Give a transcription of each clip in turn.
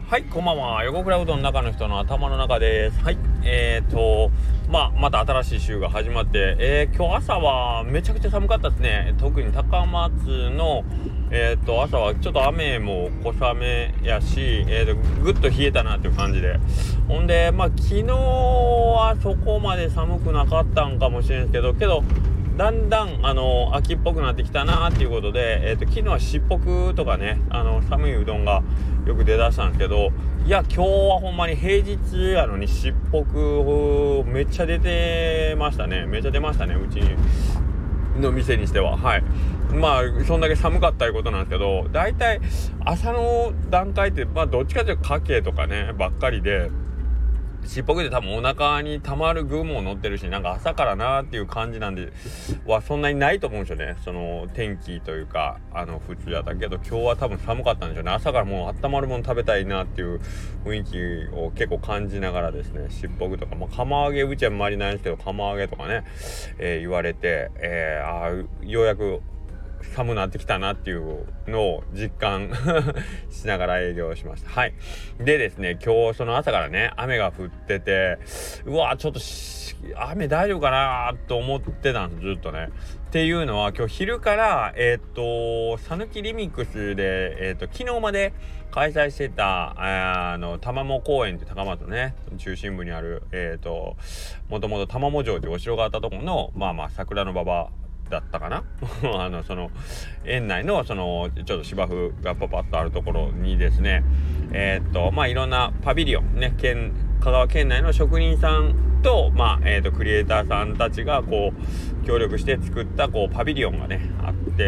はい、こんばんは。横倉うどんの中の人の頭の中です。はい、また新しい週が始まって、今日朝はめちゃくちゃ寒かったですね。特に高松の、朝はちょっと雨も小雨やし、ぐっと冷えたなっていう感じで。ほんで、昨日はそこまで寒くなかったんかもしれんけど、だんだん秋っぽくなってきたなっていうことで、昨日はしっぽくとかね、寒いうどんがよく出だしたんですけど、いや今日はほんまに平日やのにしっぽくめっちゃ出ましたね。うちの店にしては。はい、そんだけ寒かったいうことなんですけど、だいたい朝の段階ってどっちかというとかけとかねばっかりで、しっぽくで多分お腹に溜まる具も乗ってるし、なんか朝からなーっていう感じなんではそんなにないと思うんですよね。その天気というか普通だったけど、今日は多分寒かったんでしょうね。朝からもう温まるもの食べたいなっていう雰囲気を結構感じながらですね、しっぽくとか、釜揚げうちはあんまりないんですけど、釜揚げとかね、言われて、ようやく寒なってきたなっていうのを実感しながら営業しました。はい。でですね、今日その朝からね雨が降ってて、ちょっと雨大丈夫かなと思ってたんです、ずっとね。っていうのは今日昼からさぬきリミックスで昨日まで開催してた玉藻公園って高松のね中心部にあるもともと玉藻城っていうお城があったところの桜の馬場だったかなその園内のそのちょっと芝生がパパッとあるところにですね、いろんなパビリオンね、香川県内の職人さんとクリエイターさんたちがこう協力して作ったこうパビリオンがねあって、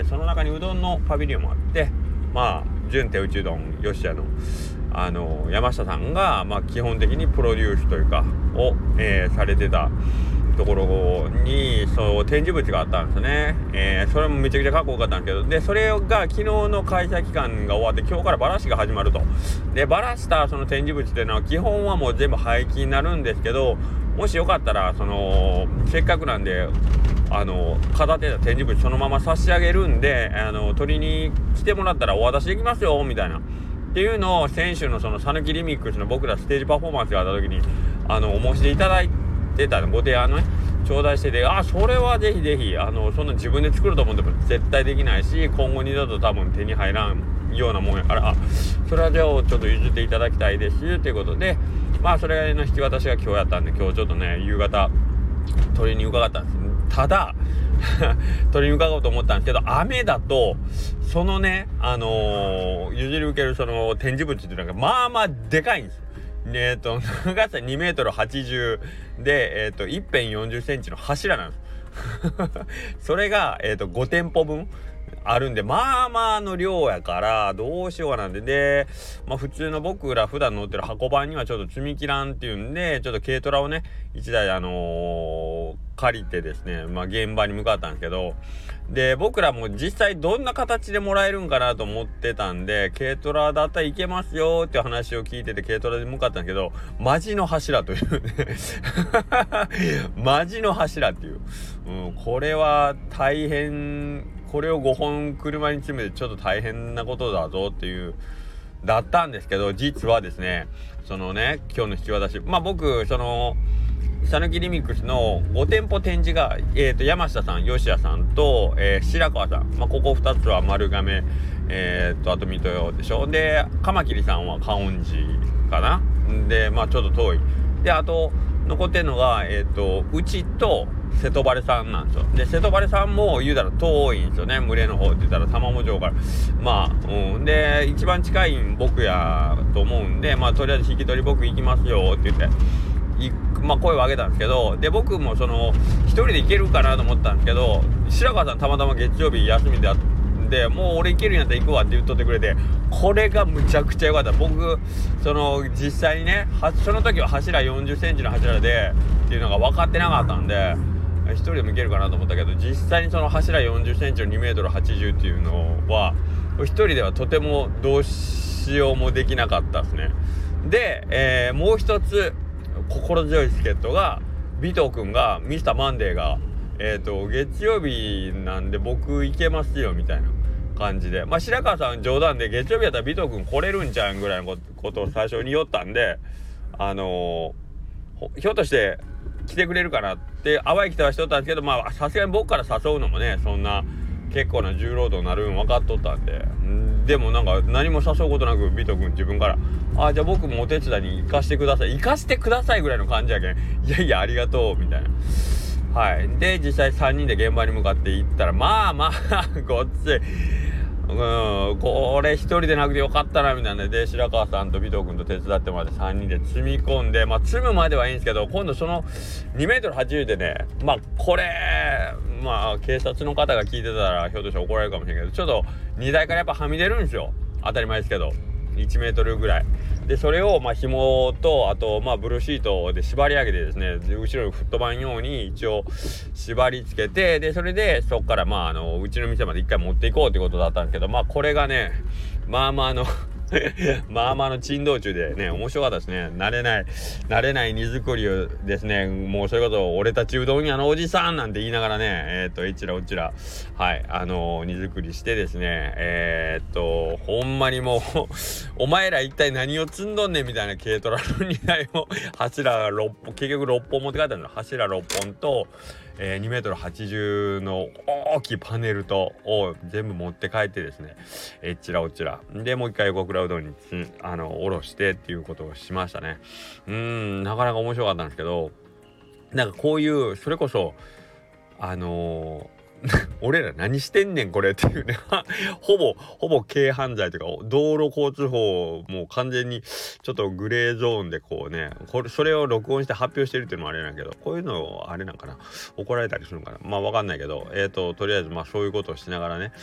その中にうどんのパビリオンもあって、純手打ちうどん吉屋の山下さんが基本的にプロデュースというかを、されてたところにそう展示物があったんですね。それもめちゃくちゃかっこよかったんですけど、でそれが昨日の開催期間が終わって今日からバラシが始まると。でバラしたその展示物っていうのは基本はもう全部廃棄になるんですけど、もしよかったらせっかくなんで飾ってた展示物そのまま差し上げるんで取りに来てもらったらお渡しできますよみたいなっていうのを先週のそのさぬきリミックスの僕らステージパフォーマンスがあった時にお申し出いただいてたご提案のね頂戴してて、それはぜひぜひそんな自分で作ると思っても絶対できないし、今後二度と多分手に入らんようなもんやから、それはじゃあちょっと譲っていただきたいですということで、それの引き渡しが今日やったんで、今日ちょっとね夕方取りに伺ったんです。ただ取りに伺おうと思ったんですけど、雨だとそのね譲り受けるその展示物っていうのがでかいんですよ。長さ2メートル80で1辺40センチの柱なんですそれが5店舗分あるんでの量やからどうしようかなんで、普通の僕ら普段乗ってる箱版にはちょっと積み切らんっていうんで、ちょっと軽トラをね1台借りてですね現場に向かったんですけど、で僕らも実際どんな形でもらえるんかなと思ってたんで、軽トラだったらいけますよっていう話を聞いてて軽トラで向かったんですけど、マジの柱というねマジの柱っていう、これは大変、これを5本車に積めてちょっと大変なことだぞっていうだったんですけど、実はですねそのね今日の引き渡し、僕そのさぬきリミックスの5店舗展示が、山下さん、吉谷さんと、白川さん、ここ2つは丸亀、あと水戸代でしょ。でカマキリさんは観音寺かな。でちょっと遠いで、あと残ってるのがうちと瀬戸原さんなんですよ。で瀬戸原さんも言うたら遠いんですよね、群れの方って言ったら玉藻城からで一番近いん僕やと思うんで、とりあえず引き取り僕行きますよって言って声を上げたんですけど、で僕もその一人で行けるかなと思ったんですけど、白川さんたまたま月曜日休みであってもう俺行けるんやったら行くわって言っとってくれて、これがむちゃくちゃ良かった。僕実際にねその時は柱40センチの柱でっていうのが分かってなかったんで一人でも行けるかなと思ったけど、実際にその柱40センチの2メートル80っていうのは一人ではとてもどうしようもできなかったですね。で、もう一つ心強い助っ人が尾藤くんがミスターマンデーが月曜日なんで僕行けますよみたいな感じで、まあ白川さん冗談で月曜日やったらビト君来れるんちゃうんぐらいのことを最初に言おったんで、ひょっとして来てくれるかなって淡い期待はしとったんですけど、まあさすがに僕から誘うのもねそんな結構な重労働になるん分かっとったんで、でもなんか何も誘うことなくビト君自分からじゃあ僕もお手伝いに行かしてくださいぐらいの感じやけん、いやいやありがとうみたいな。はい。で実際3人で現場に向かって行ったらまあごっついこれ一人でなくてよかったなみたいな。で白川さんと尾藤君と手伝ってもらって3人で積み込んで、まあ積むまではいいんですけど、今度その 2m80 でね、まあこれまあ警察の方が聞いてたらひょっとして怒られるかもしれないけど、ちょっと荷台からやっぱはみ出るんですよ。当たり前ですけど1メートルぐらいで、それをまあ紐とあとまあブルーシートで縛り上げてですね、で後ろに吹っ飛ばんように一応縛り付けて、でそれでそっからまあうちの店まで一回持っていこうってことだったんですけど、まあこれがねまあまあの珍道中でね面白かったですね。慣れない荷造りをですね、もうそれこそ俺たちうどん屋のおじさんなんて言いながらねえちらおちらはい荷造りしてですねほんまにもうお前ら一体何を積んどんねんみたいな軽トラの荷台を柱6本結局6本持って帰ったんだ。柱6本と2m80の大きいパネルとを全部持って帰ってですねえっちらおちらでもう一回横倉うどんに下ろしてっていうことをしましたね。なかなか面白かったんですけど、なんかこういうそれこそ俺ら何してんねんこれっていうねほぼ軽犯罪というか道路交通法もう完全にちょっとグレーゾーンでこうねそれを録音して発表してるっていうのもあれなんやけど、こういうのあれなんかな、怒られたりするのかな、まあわかんないけどとりあえずまあそういうことをしながらね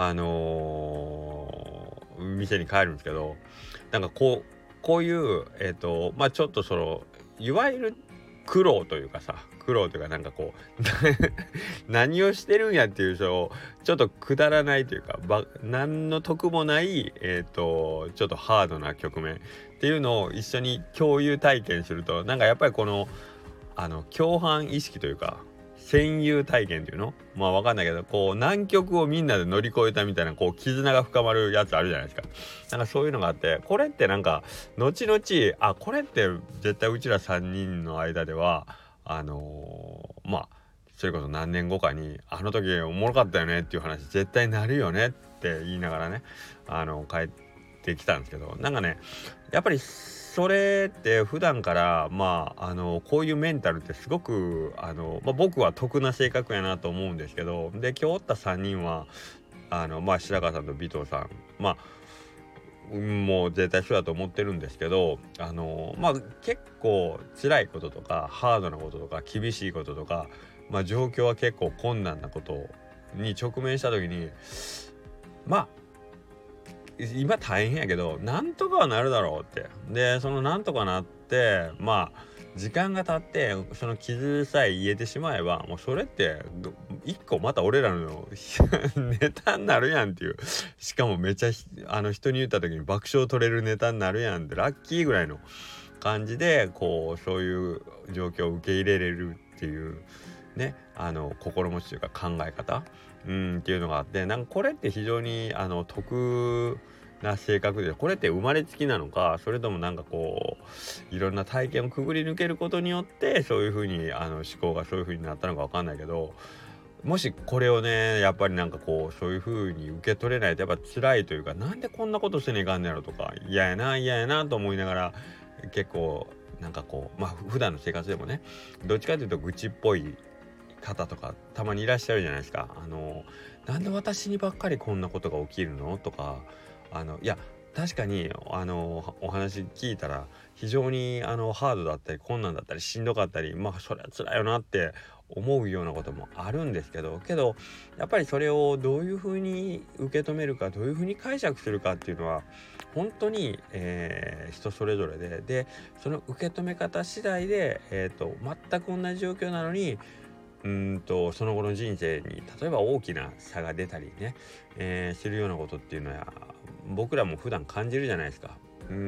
店に帰るんですけど、なんかこういうまあちょっといわゆる苦労というかなんかこう何をしてるんやっていうちょっとくだらないというか何の得もないちょっとハードな局面っていうのを一緒に共有体験すると、なんかやっぱりこの共犯意識というか戦友体験っていうのまあわかんないけど、こう難局をみんなで乗り越えたみたいなこう絆が深まるやつあるじゃないですか。なんかそういうのがあって、これってなんか後々これって絶対うちら3人の間ではまあそれこそ何年後かにあの時おもろかったよねっていう話絶対なるよねって言いながらね帰ってきたんですけど、なんかねやっぱりそれって普段からまあこういうメンタルってすごくまあ、僕は得な性格やなと思うんですけど、で今日おった3人はまあ白川さんと尾藤さんまあもう絶対そうだと思ってるんですけどまあ結構辛いこととかハードなこととか厳しいこととかまあ状況は結構困難なことに直面した時にまあ今大変やけどなんとかはなるだろうって、でそのなんとかなってまあ時間が経ってその傷さえ癒えてしまえばもうそれって一個また俺らのネタになるやんっていう、しかもめっちゃ人に言った時に爆笑取れるネタになるやんってラッキーぐらいの感じでこうそういう状況を受け入れれるっていうね心持ちというか考え方っていうのがあって、なんかこれって非常に得な性格で、これって生まれつきなのかそれともなんかこういろんな体験をくぐり抜けることによってそういう風に思考がそういう風になったのか分かんないけど、もしこれをねやっぱりなんかこうそういう風に受け取れないとやっぱ辛いというか、なんでこんなことせねえかんねやろとか嫌やなと思いながら結構なんかこうまあ普段の生活でもねどっちかというと愚痴っぽい方とかたまにいらっしゃるじゃないですか。なんで私にばっかりこんなことが起きるのとかいや確かにお話聞いたら非常にハードだったり困難だったりしんどかったりまあそれは辛いよなって思うようなこともあるんですけどやっぱりそれをどういうふうに受け止めるかどういうふうに解釈するかっていうのは本当に、人それぞれでその受け止め方次第で、全く同じ状況なのにその後の人生に例えば大きな差が出たりね、するようなことっていうのは僕らも普段感じるじゃないですか。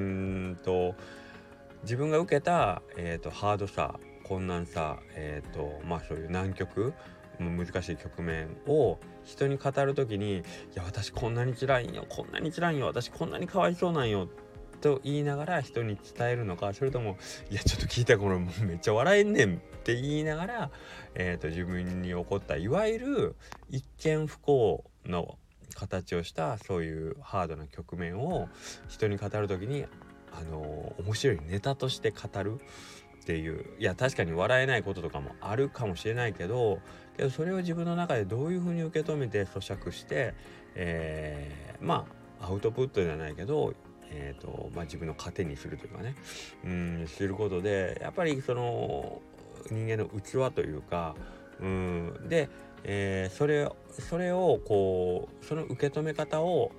自分が受けた、ハードさ困難さまあそういう難局難しい局面を人に語るときに、いや私こんなに辛いんよ、私こんなにかわいそうなんよと言いながら人に伝えるのか、それともいやちょっと聞いたこれもうめっちゃ笑えんねんって言いながら、自分に起こったいわゆる一見不幸の形をしたそういうハードな局面を人に語るときに面白いネタとして語るっていう、いや確かに笑えないこととかもあるかもしれないけどそれを自分の中でどういうふうに受け止めて咀嚼して、アウトプットじゃないけど、自分の糧にするというかね、することでやっぱりその人間の器というか、で、それをこうその受け止め方を、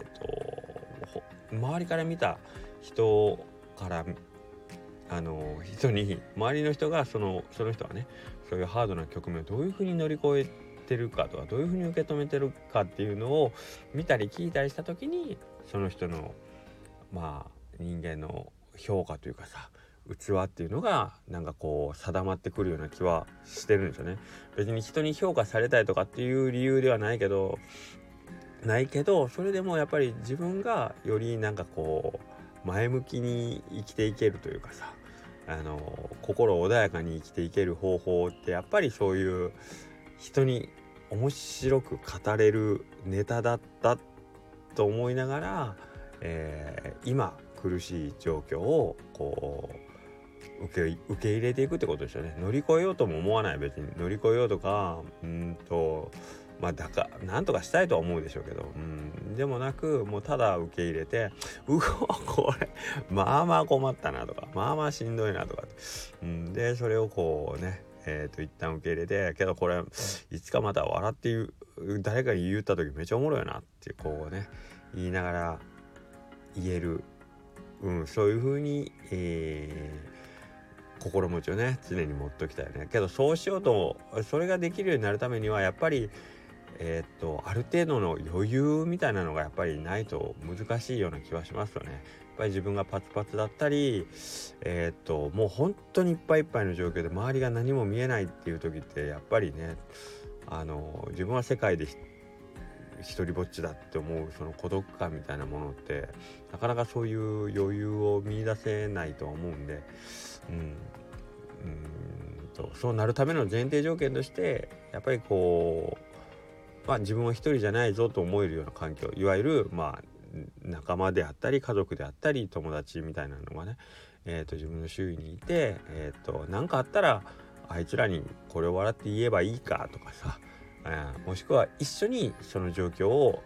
周りから見た人から人に周りの人がその人はねそういうハードな局面をどういうふうに乗り越えてるかとかどういうふうに受け止めてるかっていうのを見たり聞いたりした時にその人の人間の評価というかさ器っていうのがなんかこう定まってくるような気はしてるんですよね。別に人に評価されたいとかっていう理由ではないけどそれでもやっぱり自分がよりなんかこう前向きに生きていけるというかさ心穏やかに生きていける方法ってやっぱりそういう人に面白く語れるネタだったと思いながら、今苦しい状況をこう受け入れていくってことですよね。乗り越えようとも思わない。別に乗り越えようとかなんとかしたいとは思うでしょうけど、でもなくもうただ受け入れてこれ困ったなとかしんどいなとか、でそれをこうね一旦受け入れてけどこれいつかまた笑って誰かに言った時めっちゃおもろいなってこうね言いながら言える、そういう風に、心持ちをね常に持っときたいね。けどそうしようとそれができるようになるためにはやっぱりある程度の余裕みたいなのがやっぱりないと難しいような気はしますよね。やっぱり自分がパツパツだったりもう本当にいっぱいいっぱいの状況で周りが何も見えないっていう時ってやっぱりね自分は世界で一人ぼっちだって思うその孤独感みたいなものってなかなかそういう余裕を見出せないとは思うんで、そうなるための前提条件としてやっぱりこう自分は一人じゃないぞと思えるような環境、いわゆる仲間であったり家族であったり友達みたいなのがね、自分の周囲にいて何かあったらあいつらにこれを笑って言えばいいかとかさ、もしくは一緒にその状況を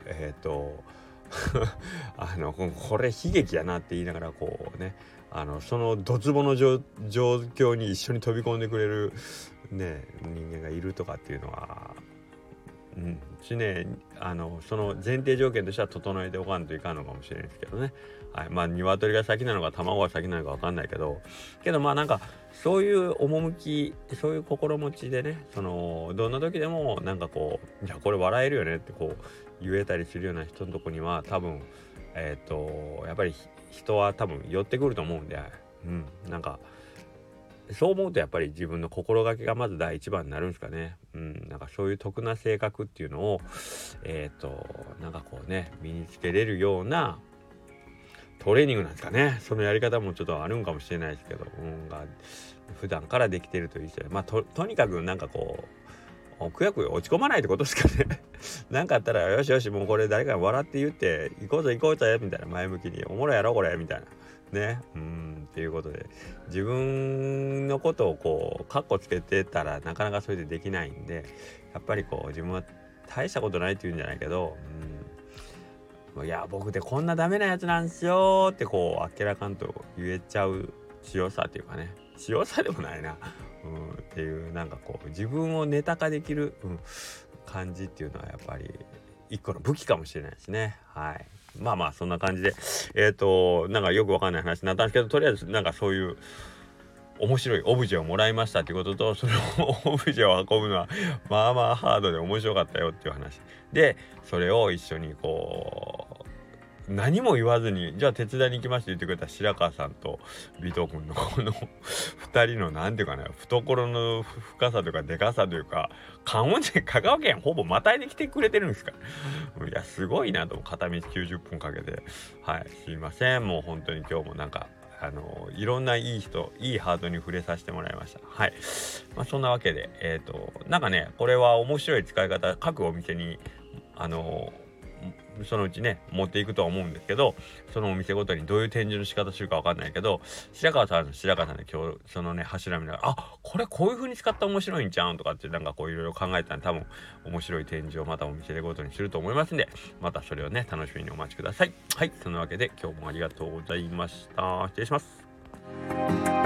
これ悲劇やなって言いながらこうねそのドツボの状況に一緒に飛び込んでくれるね人間がいるとかっていうのはその前提条件としては整えておかんといかんのかもしれないですけどね。鶏が先なのか卵が先なのか分かんないけどなんかそういう趣そういう心持ちでねどんな時でもなんかこうじゃあこれ笑えるよねってこう言えたりするような人のとこには多分やっぱり人は多分寄ってくると思うんで、なんかそう思うとやっぱり自分の心がけがまず第一番になるんですかね。なんかそういう得な性格っていうのをなんかこうね身につけれるようなトレーニングなんですかね。そのやり方もちょっとあるんかもしれないですけど、普段からできてるといいですよね。とにかくなんかこうくやくや落ち込まないってことですかね。なんかあったらよしよしもうこれ誰かに笑って言って行こうぜみたいな、前向きにおもろいやろこれみたいなねっていうことで自分のことをこうカッコつけてたらなかなかそれでできないんで、やっぱりこう自分は大したことないっていうんじゃないけどいや僕ってこんなダメなやつなんすよってこうあっけらかんと言えちゃう強さっていうかね、強さでもないなっていうなんかこう自分をネタ化できる、感じっていうのはやっぱり一個の武器かもしれないですね。そんな感じでなんかよくわかんない話になったんですけど、とりあえずなんかそういう面白いオブジェをもらいましたっていうことと、そのオブジェを運ぶのはハードで面白かったよっていう話で、それを一緒にこ何も言わずにじゃあ手伝いに行きまして言ってくれた白川さんと尾藤君のこの2人のなんていうかな、懐の深さというかでかさというか、香川県ほぼまたいで来てくれてるんですから、いやすごいなと、片道90分かけて、はいすいません、もう本当に今日もなんかいろんないい人、いいハートに触れさせてもらいました。はい。そんなわけで、なんかね、これは面白い使い方、各お店に、そのうちね、持っていくとは思うんですけど、そのお店ごとにどういう展示の仕方するかわかんないけど、白川さんで今日、そのね、柱見ながら、これこういう風に使ったら面白いんちゃうんとかって、なんかこういろいろ考えたら多分、面白い展示をまたお店ごとにすると思いますんで、またそれをね、楽しみにお待ちください。はい。そのわけで、今日もありがとうございました。失礼します。